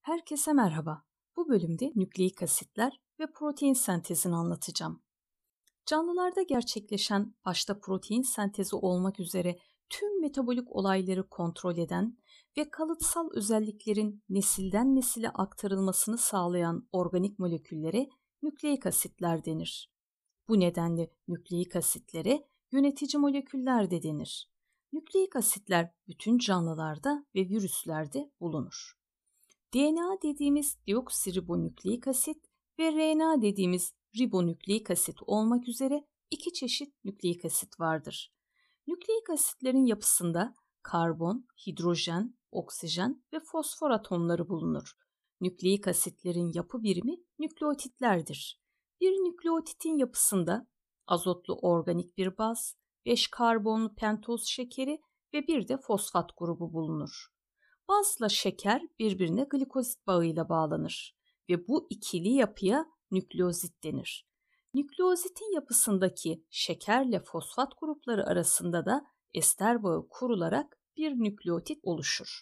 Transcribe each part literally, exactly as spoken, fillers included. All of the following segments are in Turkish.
Herkese merhaba. Bu bölümde nükleik asitler ve protein sentezini anlatacağım. Canlılarda gerçekleşen başta protein sentezi olmak üzere tüm metabolik olayları kontrol eden ve kalıtsal özelliklerin nesilden nesile aktarılmasını sağlayan organik moleküllere nükleik asitler denir. Bu nedenle nükleik asitlere yönetici moleküller de denir. Nükleik asitler bütün canlılarda ve virüslerde bulunur. D N A dediğimiz deoksiribonükleik asit ve R N A dediğimiz ribonükleik asit olmak üzere iki çeşit nükleik asit vardır. Nükleik asitlerin yapısında karbon, hidrojen, oksijen ve fosfor atomları bulunur. Nükleik asitlerin yapı birimi nükleotitlerdir. Bir nükleotitin yapısında azotlu organik bir baz, beş karbonlu pentoz şekeri ve bir de fosfat grubu bulunur. Bazla şeker birbirine glikozit bağıyla bağlanır ve bu ikili yapıya nükleozit denir. Nükleozitin yapısındaki şekerle fosfat grupları arasında da ester bağı kurularak bir nükleotit oluşur.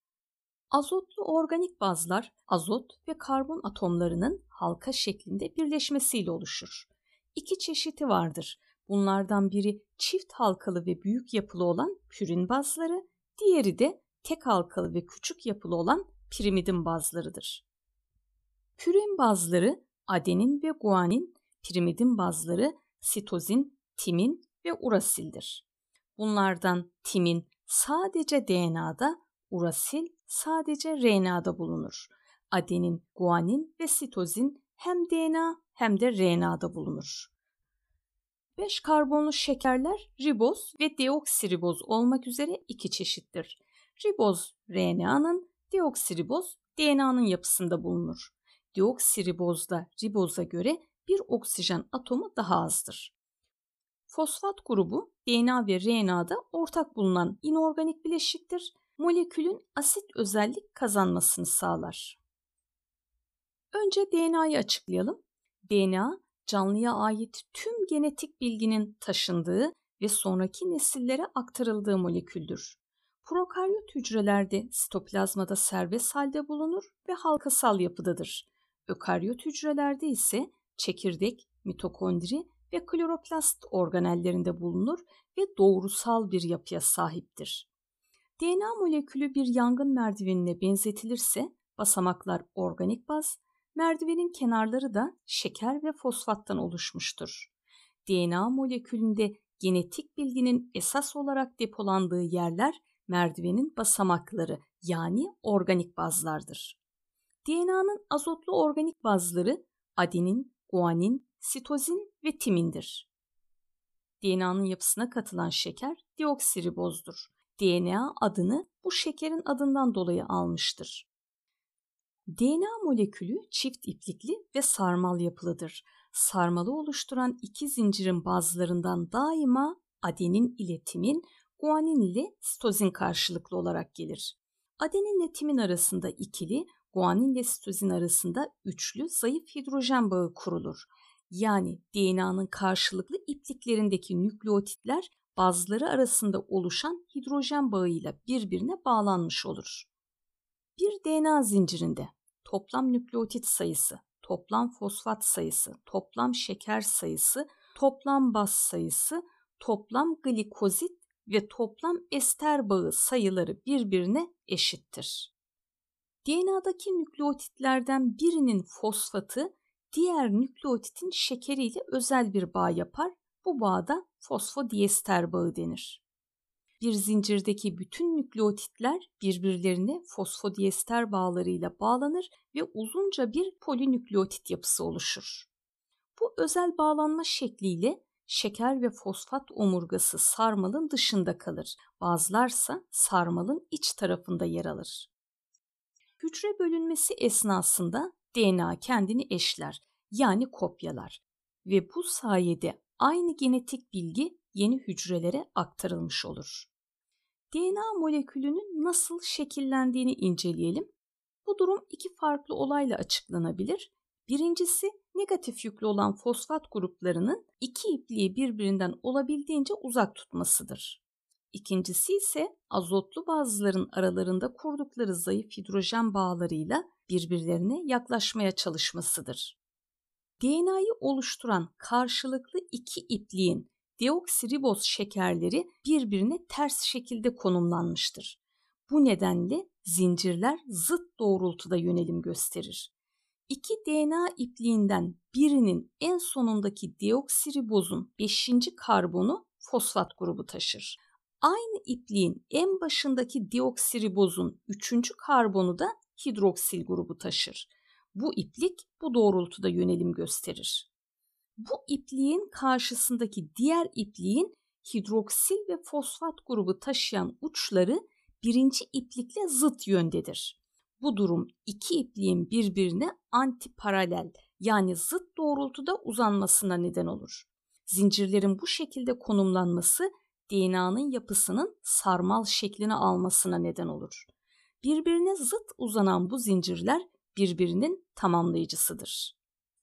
Azotlu organik bazlar azot ve karbon atomlarının halka şeklinde birleşmesiyle oluşur. İki çeşidi vardır. Bunlardan biri çift halkalı ve büyük yapılı olan pürin bazları, diğeri de tek halkalı ve küçük yapılı olan pirimidin bazlarıdır. Pürin bazları adenin ve guanin, pirimidin bazları sitozin, timin ve urasildir. Bunlardan timin sadece D N A'da, urasil sadece R N A'da bulunur. Adenin, guanin ve sitozin hem D N A hem de R N A'da bulunur. beş karbonlu şekerler riboz ve deoksiriboz olmak üzere iki çeşittir. Riboz R N A'nın, deoksiriboz D N A'nın yapısında bulunur. Deoksiribozda riboza göre bir oksijen atomu daha azdır. Fosfat grubu D N A ve R N A'da ortak bulunan inorganik bileşiktir. Molekülün asit özellik kazanmasını sağlar. Önce D N A'yı açıklayalım. D N A, canlıya ait tüm genetik bilginin taşındığı ve sonraki nesillere aktarıldığı moleküldür. Prokaryot hücrelerde sitoplazmada serbest halde bulunur ve halkasal yapıdadır. Ökaryot hücrelerde ise çekirdek, mitokondri ve kloroplast organellerinde bulunur ve doğrusal bir yapıya sahiptir. D N A molekülü bir yangın merdivenine benzetilirse basamaklar organik baz, merdivenin kenarları da şeker ve fosfattan oluşmuştur. D N A molekülünde genetik bilginin esas olarak depolandığı yerler merdivenin basamakları yani organik bazlardır. D N A'nın azotlu organik bazları adenin, guanin, sitozin ve timindir. D N A'nın yapısına katılan şeker deoksiribozdur. D N A adını bu şekerin adından dolayı almıştır. D N A molekülü çift iplikli ve sarmal yapılıdır. Sarmalı oluşturan iki zincirin bazılarından daima adenin ile timin, guanin ile sitozin karşılıklı olarak gelir. Adenin ile timin arasında ikili, guanin ile sitozin arasında üçlü zayıf hidrojen bağı kurulur. Yani D N A'nın karşılıklı ipliklerindeki nükleotitler bazları arasında oluşan hidrojen bağıyla birbirine bağlanmış olur. Bir D N A zincirinde toplam nükleotit sayısı, toplam fosfat sayısı, toplam şeker sayısı, toplam baz sayısı, toplam glikozit ve toplam ester bağı sayıları birbirine eşittir. D N A'daki nükleotitlerden birinin fosfatı diğer nükleotitin şekeriyle özel bir bağ yapar. Bu bağda fosfodiester bağı denir. Bir zincirdeki bütün nükleotitler birbirlerine fosfodiester bağlarıyla bağlanır ve uzunca bir polinükleotit yapısı oluşur. Bu özel bağlanma şekliyle şeker ve fosfat omurgası sarmalın dışında kalır. Bazılarsa sarmalın iç tarafında yer alır. Hücre bölünmesi esnasında D N A kendini eşler, yani kopyalar ve bu sayede aynı genetik bilgi yeni hücrelere aktarılmış olur. D N A molekülünün nasıl şekillendiğini inceleyelim. Bu durum iki farklı olayla açıklanabilir. Birincisi, negatif yüklü olan fosfat gruplarının iki ipliği birbirinden olabildiğince uzak tutmasıdır. İkincisi ise azotlu bazların aralarında kurdukları zayıf hidrojen bağlarıyla birbirlerine yaklaşmaya çalışmasıdır. D N A'yı oluşturan karşılıklı iki ipliğin deoksiriboz şekerleri birbirine ters şekilde konumlanmıştır. Bu nedenle zincirler zıt doğrultuda yönelim gösterir. İki D N A ipliğinden birinin en sonundaki deoksiribozun beşinci karbonu fosfat grubu taşır. Aynı ipliğin en başındaki deoksiribozun üçüncü karbonu da hidroksil grubu taşır. Bu iplik bu doğrultuda yönelim gösterir. Bu ipliğin karşısındaki diğer ipliğin hidroksil ve fosfat grubu taşıyan uçları birinci iplikle zıt yöndedir. Bu durum iki ipliğin birbirine antiparalel yani zıt doğrultuda uzanmasına neden olur. Zincirlerin bu şekilde konumlanması D N A'nın yapısının sarmal şeklini almasına neden olur. Birbirine zıt uzanan bu zincirler birbirinin tamamlayıcısıdır.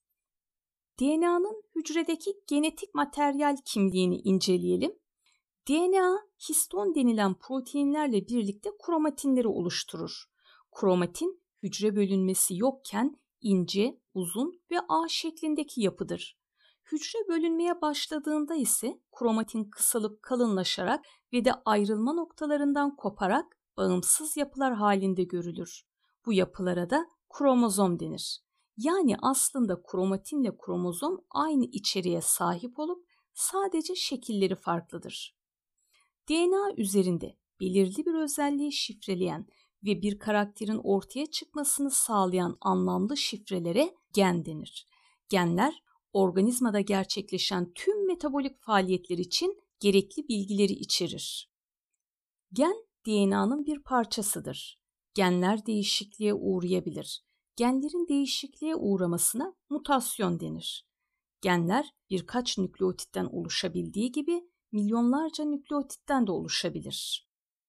D N A'nın hücredeki genetik materyal kimliğini inceleyelim. D N A, histon denilen proteinlerle birlikte kromatinleri oluşturur. Kromatin, hücre bölünmesi yokken ince, uzun ve ağ şeklindeki yapıdır. Hücre bölünmeye başladığında ise kromatin kısalıp kalınlaşarak ve de ayrılma noktalarından koparak bağımsız yapılar halinde görülür. Bu yapılara da kromozom denir. Yani aslında kromatinle kromozom aynı içeriğe sahip olup sadece şekilleri farklıdır. D N A üzerinde belirli bir özelliği şifreleyen ve bir karakterin ortaya çıkmasını sağlayan anlamlı şifrelere gen denir. Genler, organizmada gerçekleşen tüm metabolik faaliyetler için gerekli bilgileri içerir. Gen, D N A'nın bir parçasıdır. Genler değişikliğe uğrayabilir. Genlerin değişikliğe uğramasına mutasyon denir. Genler birkaç nükleotitten oluşabildiği gibi milyonlarca nükleotitten de oluşabilir.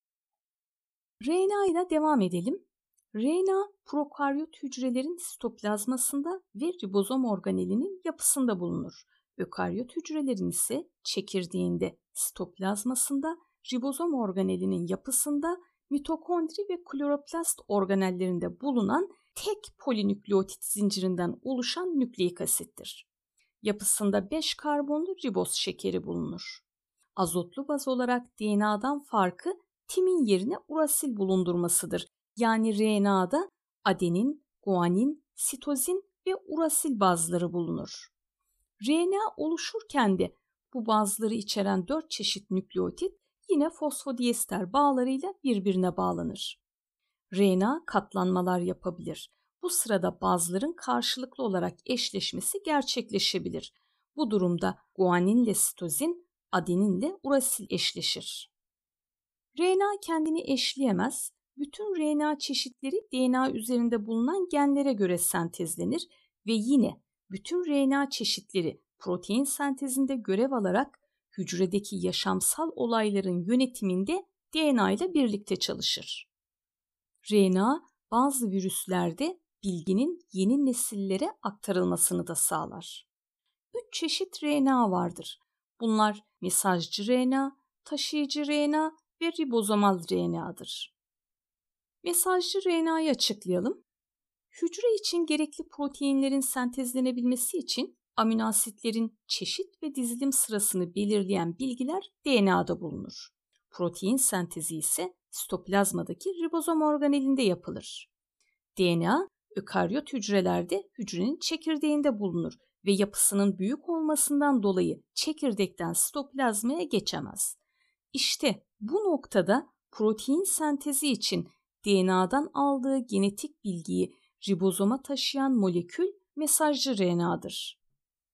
R N A ile devam edelim. R N A prokaryot hücrelerin sitoplazmasında ve ribozom organelinin yapısında bulunur. Ökaryot hücrelerin ise çekirdeğinde, sitoplazmasında, ribozom organelinin yapısında, mitokondri ve kloroplast organellerinde bulunan tek polinükleotit zincirinden oluşan nükleik asittir. Yapısında beş karbonlu riboz şekeri bulunur. Azotlu baz olarak D N A'dan farkı timin yerine urasil bulundurmasıdır. Yani R N A'da adenin, guanin, sitozin ve urasil bazları bulunur. R N A oluşurken de bu bazları içeren dört çeşit nükleotit yine fosfodiester bağlarıyla birbirine bağlanır. R N A katlanmalar yapabilir. Bu sırada bazların karşılıklı olarak eşleşmesi gerçekleşebilir. Bu durumda guaninle sitozin, adeninle urasil eşleşir. R N A kendini eşleyemez. Bütün R N A çeşitleri D N A üzerinde bulunan genlere göre sentezlenir ve yine bütün R N A çeşitleri protein sentezinde görev alarak hücredeki yaşamsal olayların yönetiminde D N A ile birlikte çalışır. R N A bazı virüslerde bilginin yeni nesillere aktarılmasını da sağlar. Üç çeşit R N A vardır. Bunlar mesajcı R N A, taşıyıcı R N A ve ribozomal R N A'dır. Mesajcı R N A'yı açıklayalım. Hücre için gerekli proteinlerin sentezlenebilmesi için amino asitlerin çeşit ve dizilim sırasını belirleyen bilgiler D N A'da bulunur. Protein sentezi ise sitoplazmadaki ribozom organelinde yapılır. D N A, ökaryot hücrelerde hücrenin çekirdeğinde bulunur ve yapısının büyük olmasından dolayı çekirdekten sitoplazmaya geçemez. İşte bu noktada protein sentezi için D N A'dan aldığı genetik bilgiyi ribozoma taşıyan molekül mesajcı R N A'dır.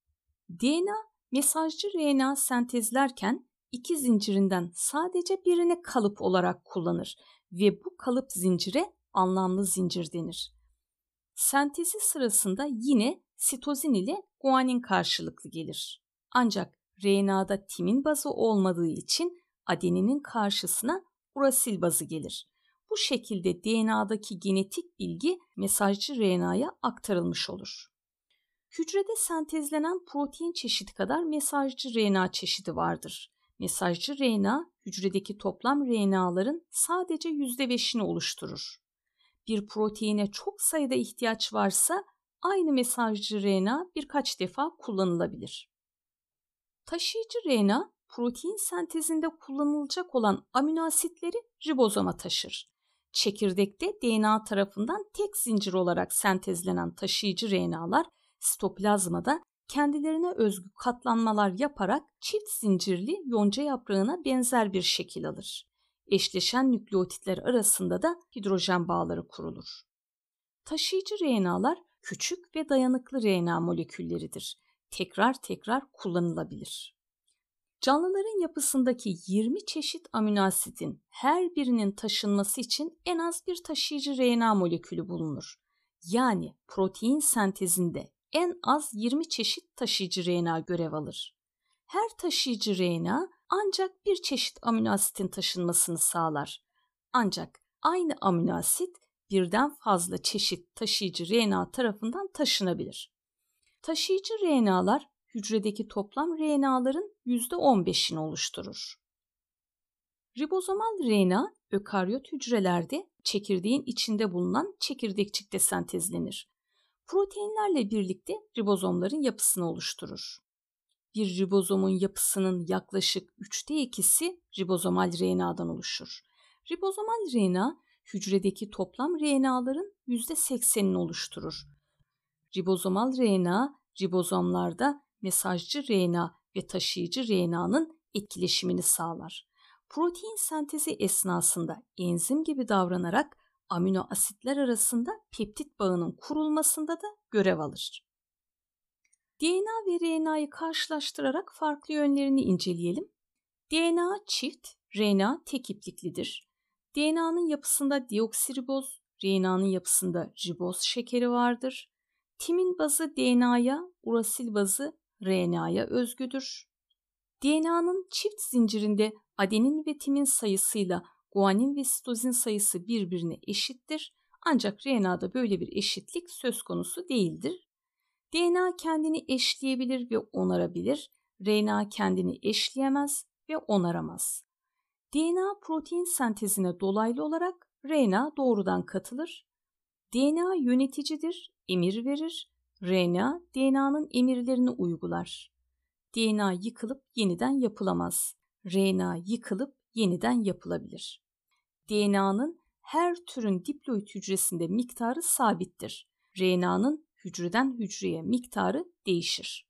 D N A mesajcı R N A sentezlerken iki zincirinden sadece birini kalıp olarak kullanır ve bu kalıp zincire anlamlı zincir denir. Sentezi sırasında yine sitozin ile guanin karşılıklı gelir. Ancak R N A'da timin bazı olmadığı için adeninin karşısına urasil bazı gelir. Bu şekilde D N A'daki genetik bilgi mesajcı R N A'ya aktarılmış olur. Hücrede sentezlenen protein çeşidi kadar mesajcı R N A çeşidi vardır. Mesajcı R N A hücredeki toplam R N A'ların sadece yüzde beşini oluşturur. Bir proteine çok sayıda ihtiyaç varsa aynı mesajcı R N A birkaç defa kullanılabilir. Taşıyıcı R N A, protein sentezinde kullanılacak olan amino asitleri ribozoma taşır. Çekirdekte D N A tarafından tek zincir olarak sentezlenen taşıyıcı R N A'lar sitoplazmada kendilerine özgü katlanmalar yaparak çift zincirli yonca yaprağına benzer bir şekil alır. Eşleşen nükleotitler arasında da hidrojen bağları kurulur. Taşıyıcı R N A'lar küçük ve dayanıklı R N A molekülleridir. Tekrar tekrar kullanılabilir. Canlıların yapısındaki yirmi çeşit amino asitin her birinin taşınması için en az bir taşıyıcı R N A molekülü bulunur. Yani protein sentezinde en az yirmi çeşit taşıyıcı R N A görev alır. Her taşıyıcı R N A ancak bir çeşit amino asitin taşınmasını sağlar. Ancak aynı amino asit birden fazla çeşit taşıyıcı R N A tarafından taşınabilir. Taşıyıcı R N A'lar hücredeki toplam R N A'ların yüzde on beşini oluşturur. Ribozomal R N A ökaryot hücrelerde çekirdeğin içinde bulunan çekirdekçikte sentezlenir. Proteinlerle birlikte ribozomların yapısını oluşturur. Bir ribozomun yapısının yaklaşık üçte ikisi ribozomal R N A'dan oluşur. Ribozomal R N A hücredeki toplam R N A'ların yüzde seksenini oluşturur. Ribozomal R N A ribozomlarda mesajcı R N A ve taşıyıcı R N A'nın etkileşimini sağlar. Protein sentezi esnasında enzim gibi davranarak amino asitler arasında peptit bağının kurulmasında da görev alır. D N A ve R N A'yı karşılaştırarak farklı yönlerini inceleyelim. D N A çift, R N A tek ipliklidir. D N A'nın yapısında deoksiriboz, R N A'nın yapısında riboz şekeri vardır. Timin bazı D N A'ya, urasil bazı R N A'ya özgüdür. D N A'nın çift zincirinde adenin ve timin sayısıyla guanin ve sitozin sayısı birbirine eşittir. Ancak R N A'da böyle bir eşitlik söz konusu değildir. D N A kendini eşleyebilir ve onarabilir. R N A kendini eşleyemez ve onaramaz. D N A protein sentezine dolaylı olarak R N A doğrudan katılır. D N A yöneticidir, emir verir. R N A, D N A'nın emirlerini uygular. D N A yıkılıp yeniden yapılamaz. R N A yıkılıp yeniden yapılabilir. D N A'nın her türün diploid hücresinde miktarı sabittir. R N A'nın hücreden hücreye miktarı değişir.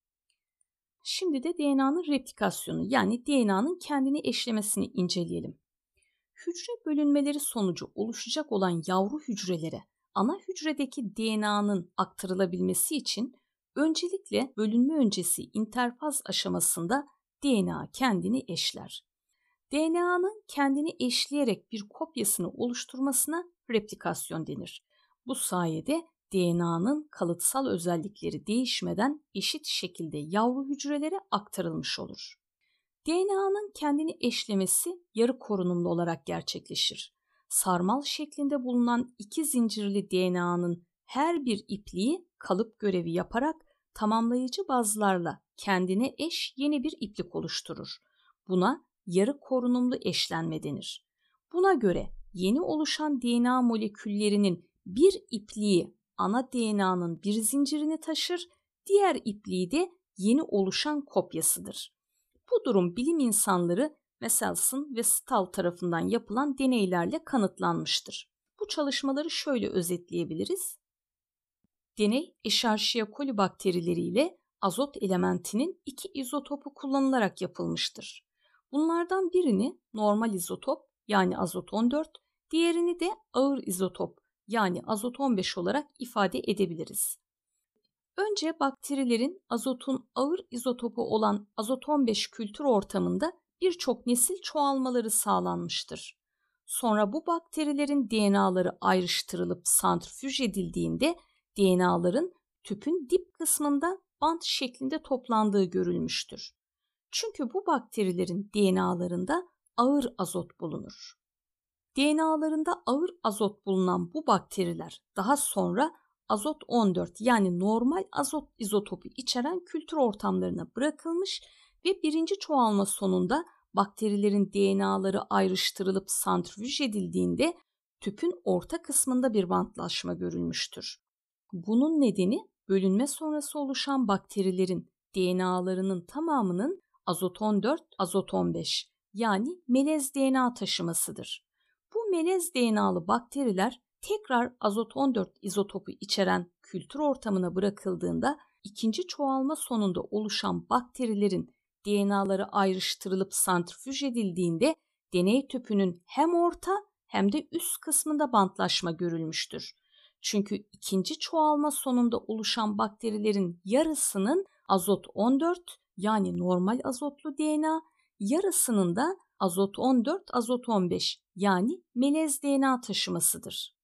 Şimdi de D N A'nın replikasyonu yani D N A'nın kendini eşlemesini inceleyelim. Hücre bölünmeleri sonucu oluşacak olan yavru hücrelere ana hücredeki D N A'nın aktarılabilmesi için öncelikle bölünme öncesi interfaz aşamasında D N A kendini eşler. D N A'nın kendini eşleyerek bir kopyasını oluşturmasına replikasyon denir. Bu sayede D N A'nın kalıtsal özellikleri değişmeden eşit şekilde yavru hücrelere aktarılmış olur. D N A'nın kendini eşlemesi yarı korunumlu olarak gerçekleşir. Sarmal şeklinde bulunan iki zincirli D N A'nın her bir ipliği kalıp görevi yaparak tamamlayıcı bazlarla kendine eş yeni bir iplik oluşturur. Buna yarı korunumlu eşlenme denir. Buna göre yeni oluşan D N A moleküllerinin bir ipliği ana D N A'nın bir zincirini taşır, diğer ipliği de yeni oluşan kopyasıdır. Bu durum bilim insanları Michelson ve Stahl tarafından yapılan deneylerle kanıtlanmıştır. Bu çalışmaları şöyle özetleyebiliriz. Deney Escherichia coli bakterileriyle azot elementinin iki izotopu kullanılarak yapılmıştır. Bunlardan birini normal izotop yani azot on dört, diğerini de ağır izotop yani azot on beş olarak ifade edebiliriz. Önce bakterilerin azotun ağır izotopu olan azot on beş kültür ortamında birçok nesil çoğalmaları sağlanmıştır. Sonra bu bakterilerin D N A'ları ayrıştırılıp santrifüj edildiğinde D N A'ların tüpün dip kısmında bant şeklinde toplandığı görülmüştür. Çünkü bu bakterilerin D N A'larında ağır azot bulunur. D N A'larında ağır azot bulunan bu bakteriler daha sonra azot on dört yani normal azot izotopu içeren kültür ortamlarına bırakılmış ve birinci çoğalma sonunda bakterilerin D N A'ları ayrıştırılıp santrifüj edildiğinde tüpün orta kısmında bir bantlaşma görülmüştür. Bunun nedeni bölünme sonrası oluşan bakterilerin D N A'larının tamamının azot on dört, azot on beş yani melez D N A taşımasıdır. Bu melez D N A'lı bakteriler tekrar azot on dört izotopu içeren kültür ortamına bırakıldığında ikinci çoğalma sonunda oluşan bakterilerin D N A'ları ayrıştırılıp santrifüj edildiğinde deney tüpünün hem orta hem de üst kısmında bantlaşma görülmüştür. Çünkü ikinci çoğalma sonunda oluşan bakterilerin yarısının azot on dört yani normal azotlu D N A, yarısının da azot on dört, azot on beş yani melez D N A taşımasıdır.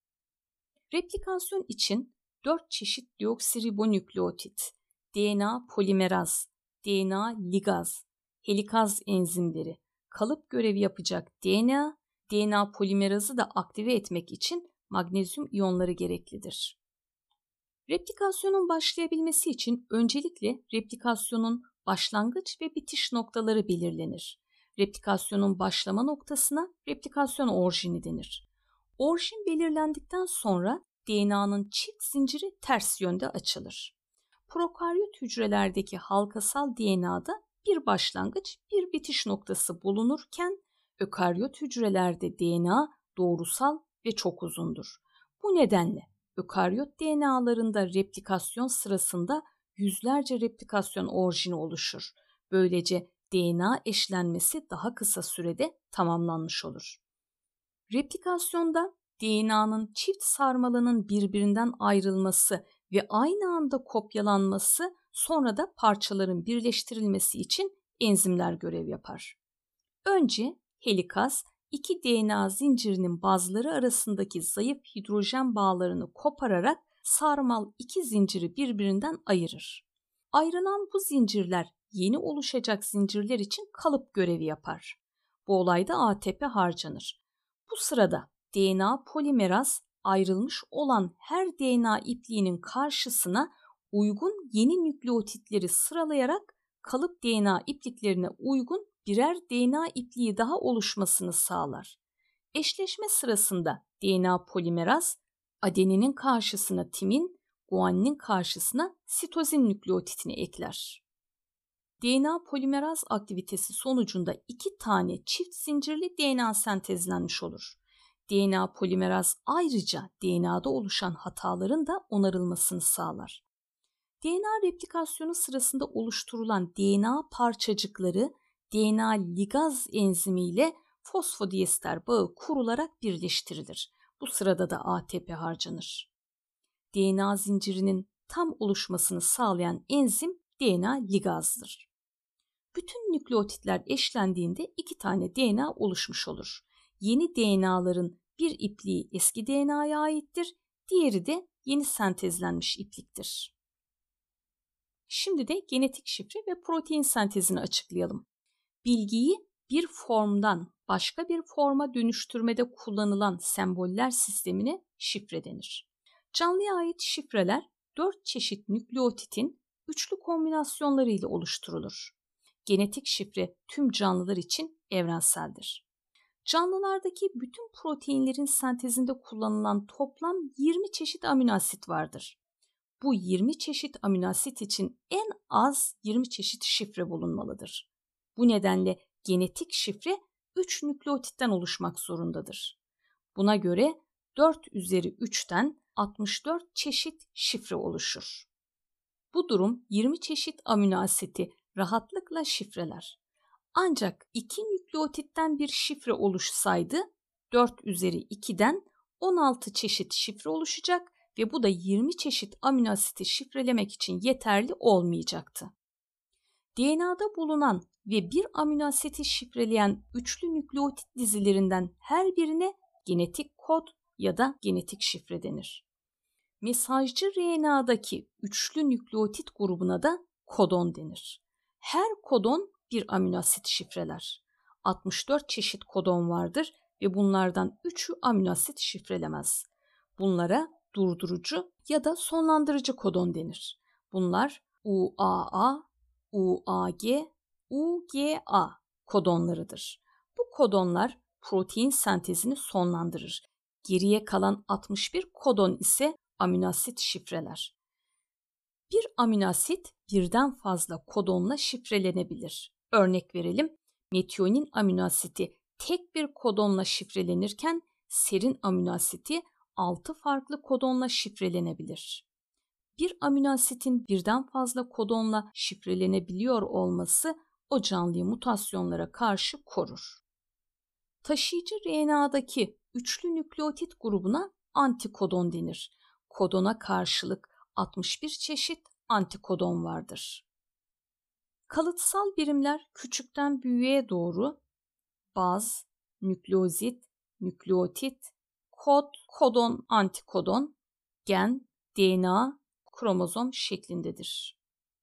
Replikasyon için dört çeşit deoksiribonükleotit, D N A polimeraz, D N A ligaz, helikaz enzimleri, kalıp görevi yapacak D N A, D N A polimerazı da aktive etmek için magnezyum iyonları gereklidir. Replikasyonun başlayabilmesi için öncelikle replikasyonun başlangıç ve bitiş noktaları belirlenir. Replikasyonun başlama noktasına replikasyon orijini denir. Orijin belirlendikten sonra D N A'nın çift zinciri ters yönde açılır. Prokaryot hücrelerdeki halkasal D N A'da bir başlangıç, bir bitiş noktası bulunurken ökaryot hücrelerde D N A doğrusal ve çok uzundur. Bu nedenle ökaryot D N A'larında replikasyon sırasında yüzlerce replikasyon orijini oluşur. Böylece D N A eşlenmesi daha kısa sürede tamamlanmış olur. Replikasyonda D N A'nın çift sarmalının birbirinden ayrılması ve aynı anda kopyalanması, sonra da parçaların birleştirilmesi için enzimler görev yapar. Önce helikaz iki D N A zincirinin bazları arasındaki zayıf hidrojen bağlarını kopararak sarmal iki zinciri birbirinden ayırır. Ayrılan bu zincirler yeni oluşacak zincirler için kalıp görevi yapar. Bu olayda A T P harcanır. Bu sırada D N A polimeraz ayrılmış olan her D N A ipliğinin karşısına uygun yeni nükleotitleri sıralayarak kalıp D N A ipliklerine uygun birer D N A ipliği daha oluşmasını sağlar. Eşleşme sırasında D N A polimeraz adeninin karşısına timin, guaninin karşısına sitozin nükleotitini ekler. D N A polimeraz aktivitesi sonucunda iki tane çift zincirli D N A sentezlenmiş olur. D N A polimeraz ayrıca D N A'da oluşan hataların da onarılmasını sağlar. D N A replikasyonu sırasında oluşturulan D N A parçacıkları D N A ligaz enzimiyle fosfodiester bağı kurularak birleştirilir. Bu sırada da A T P harcanır. D N A zincirinin tam oluşmasını sağlayan enzim D N A ligazdır. Bütün nükleotitler eşlendiğinde iki tane D N A oluşmuş olur. Yeni D N A'ların bir ipliği eski D N A'ya aittir, diğeri de yeni sentezlenmiş ipliktir. Şimdi de genetik şifre ve protein sentezini açıklayalım. Bilgiyi bir formdan başka bir forma dönüştürmede kullanılan semboller sistemine şifre denir. Canlıya ait şifreler dört çeşit nükleotitin üçlü kombinasyonları ile oluşturulur. Genetik şifre tüm canlılar için evrenseldir. Canlılardaki bütün proteinlerin sentezinde kullanılan toplam yirmi çeşit amino asit vardır. Bu yirmi çeşit amino asit için en az yirmi çeşit şifre bulunmalıdır. Bu nedenle genetik şifre üç nükleotitten oluşmak zorundadır. Buna göre dört üzeri üçten altmış dört çeşit şifre oluşur. Bu durum yirmi çeşit amino asiti rahatlıkla şifreler. Ancak iki nükleotitten bir şifre oluşsaydı dört üzeri ikiden on altı çeşit şifre oluşacak ve bu da yirmi çeşit amino asiti şifrelemek için yeterli olmayacaktı. D N A'da bulunan ve bir amino asiti şifreleyen üçlü nükleotit dizilerinden her birine genetik kod ya da genetik şifre denir. Mesajcı R N A'daki üçlü nükleotit grubuna da kodon denir. Her kodon bir amino asit şifreler. altmış dört çeşit kodon vardır ve bunlardan üçü amino asit şifrelemez. Bunlara durdurucu ya da sonlandırıcı kodon denir. Bunlar U A A, U A G, U G A kodonlarıdır. Bu kodonlar protein sentezini sonlandırır Geriye kalan altmış bir kodon ise aminoasit şifreler. Bir aminoasit birden fazla kodonla şifrelenebilir. Örnek verelim, metiyonin aminoasiti tek bir kodonla şifrelenirken serin aminoasiti altı farklı kodonla şifrelenebilir. Bir aminoasitin birden fazla kodonla şifrelenebiliyor olması o canlıyı mutasyonlara karşı korur. Taşıyıcı R N A'daki üçlü nükleotit grubuna antikodon denir. Kodona karşılık altmış bir çeşit antikodon vardır. Kalıtsal birimler küçükten büyüğe doğru baz, nükleozit, nükleotit, kod, kodon, antikodon, gen, D N A, kromozom şeklindedir.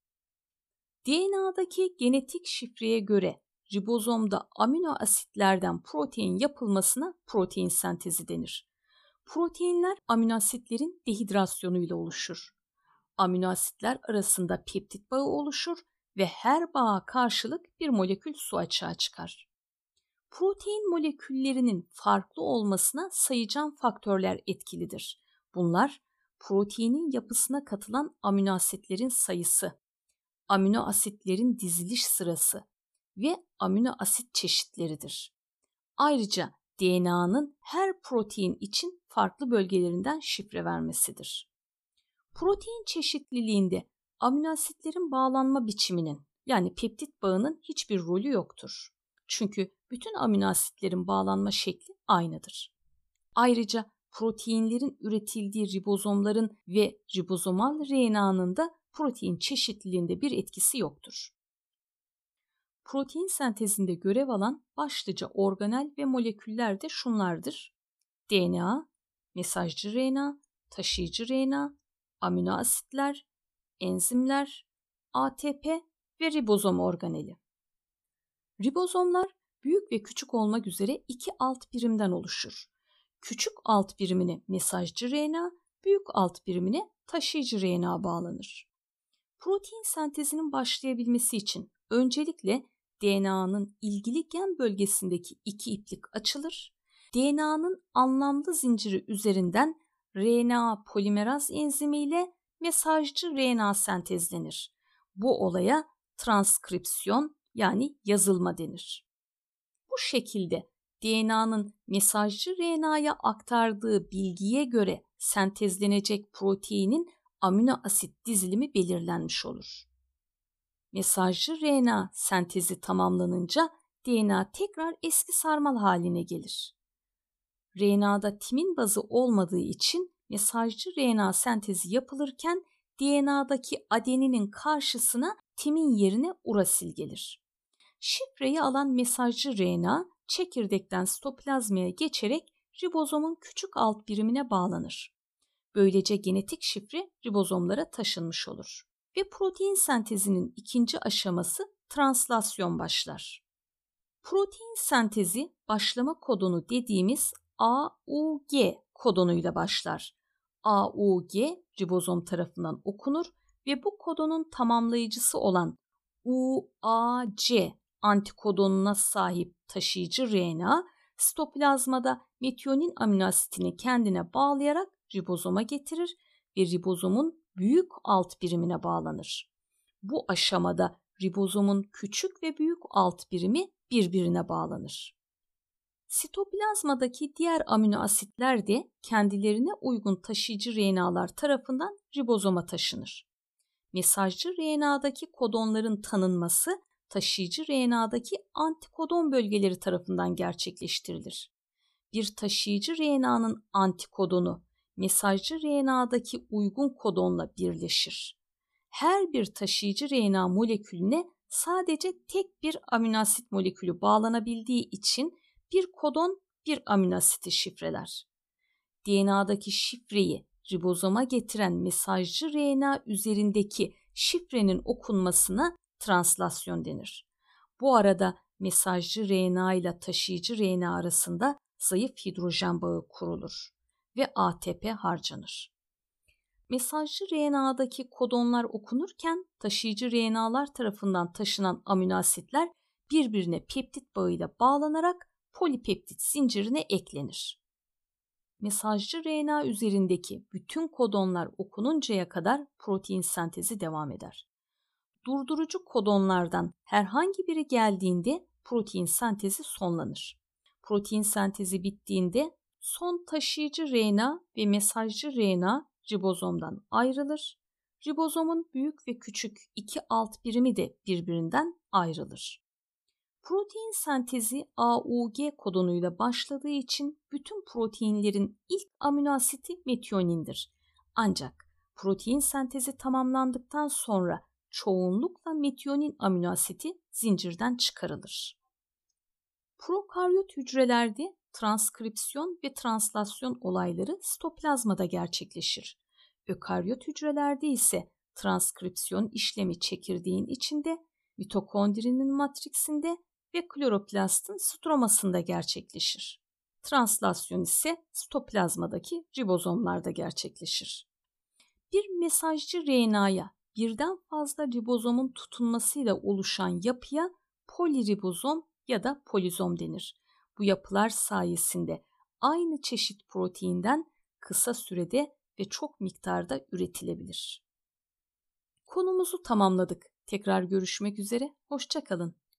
D N A'daki genetik şifreye göre ribozomda amino asitlerden protein yapılmasına protein sentezi denir. Proteinler amino asitlerin dehidrasyonuyla oluşur. Amino asitler arasında peptit bağı oluşur ve her bağa karşılık bir molekül su açığa çıkar. Protein moleküllerinin farklı olmasına sayıcan faktörler etkilidir. Bunlar proteinin yapısına katılan amino asitlerin sayısı, amino asitlerin diziliş sırası ve amino asit çeşitleridir. Ayrıca D N A'nın her protein için farklı bölgelerinden şifre vermesidir. Protein çeşitliliğinde amino asitlerin bağlanma biçiminin yani peptit bağının hiçbir rolü yoktur. Çünkü bütün amino asitlerin bağlanma şekli aynıdır. Ayrıca proteinlerin üretildiği ribozomların ve ribozomal R N A'nın da protein çeşitliliğinde bir etkisi yoktur. Protein sentezinde görev alan başlıca organel ve moleküller de şunlardır: D N A, mesajcı R N A, taşıyıcı R N A, amino asitler, enzimler, A T P ve ribozom organeli. Ribozomlar büyük ve küçük olmak üzere iki alt birimden oluşur. Küçük alt birimine mesajcı R N A, büyük alt birimine taşıyıcı R N A bağlanır. Protein sentezinin başlayabilmesi için öncelikle D N A'nın ilgili gen bölgesindeki iki iplik açılır. D N A'nın anlamlı zinciri üzerinden R N A polimeraz enzimiyle mesajcı R N A sentezlenir. Bu olaya transkripsiyon yani yazılma denir. Bu şekilde D N A'nın mesajcı R N A'ya aktardığı bilgiye göre sentezlenecek proteinin amino asit dizilimi belirlenmiş olur. Mesajcı R N A sentezi tamamlanınca D N A tekrar eski sarmal haline gelir. R N A'da timin bazı olmadığı için mesajcı R N A sentezi yapılırken D N A'daki adeninin karşısına timin yerine urasil gelir. Şifreyi alan mesajcı R N A çekirdekten sitoplazmaya geçerek ribozomun küçük alt birimine bağlanır. Böylece genetik şifre ribozomlara taşınmış olur. Ve protein sentezinin ikinci aşaması translasyon başlar. Protein sentezi başlama kodonu dediğimiz A U G kodonuyla başlar. A U G ribozom tarafından okunur ve bu kodonun tamamlayıcısı olan U A C antikodonuna sahip taşıyıcı R N A sitoplazmada metiyonin aminoasitini kendine bağlayarak ribozoma getirir ve ribozomun büyük alt birimine bağlanır. Bu aşamada ribozomun küçük ve büyük alt birimi birbirine bağlanır. Sitoplazmadaki diğer amino asitler de kendilerine uygun taşıyıcı R N A'lar tarafından ribozoma taşınır. Mesajcı R N A'daki kodonların tanınması taşıyıcı R N A'daki antikodon bölgeleri tarafından gerçekleştirilir. Bir taşıyıcı R N A'nın antikodonu mesajcı R N A'daki uygun kodonla birleşir. Her bir taşıyıcı R N A molekülüne sadece tek bir amino asit molekülü bağlanabildiği için bir kodon bir amino asiti şifreler. D N A'daki şifreyi ribozoma getiren mesajcı R N A üzerindeki şifrenin okunmasına translasyon denir. Bu arada mesajcı R N A ile taşıyıcı R N A arasında zayıf hidrojen bağı kurulur ve A T P harcanır. Mesajcı R N A'daki kodonlar okunurken taşıyıcı R N A'lar tarafından taşınan amino asitler birbirine peptit bağıyla bağlanarak polipeptit zincirine eklenir. mesajcı R N A üzerindeki bütün kodonlar okununcaya kadar protein sentezi devam eder. Durdurucu kodonlardan herhangi biri geldiğinde protein sentezi sonlanır. Protein sentezi bittiğinde son taşıyıcı R N A ve mesajcı R N A ribozomdan ayrılır. Ribozomun büyük ve küçük iki alt birimi de birbirinden ayrılır. Protein sentezi A U G kodonuyla başladığı için bütün proteinlerin ilk amino asiti metionindir. Ancak protein sentezi tamamlandıktan sonra çoğunlukla metionin amino asiti zincirden çıkarılır. Prokaryot hücrelerde transkripsiyon ve translasyon olayları sitoplazmada gerçekleşir. Ökaryot hücrelerde ise transkripsiyon işlemi çekirdeğin içinde, mitokondrinin matriksinde ve kloroplastın stromasında gerçekleşir. Translasyon ise sitoplazmadaki ribozomlarda gerçekleşir. Bir mesajcı R N A'ya birden fazla ribozomun tutunmasıyla oluşan yapıya poliribozom ya da polizom denir. Bu yapılar sayesinde aynı çeşit proteinden kısa sürede ve çok miktarda üretilebilir. Konumuzu tamamladık. Tekrar görüşmek üzere, hoşça kalın.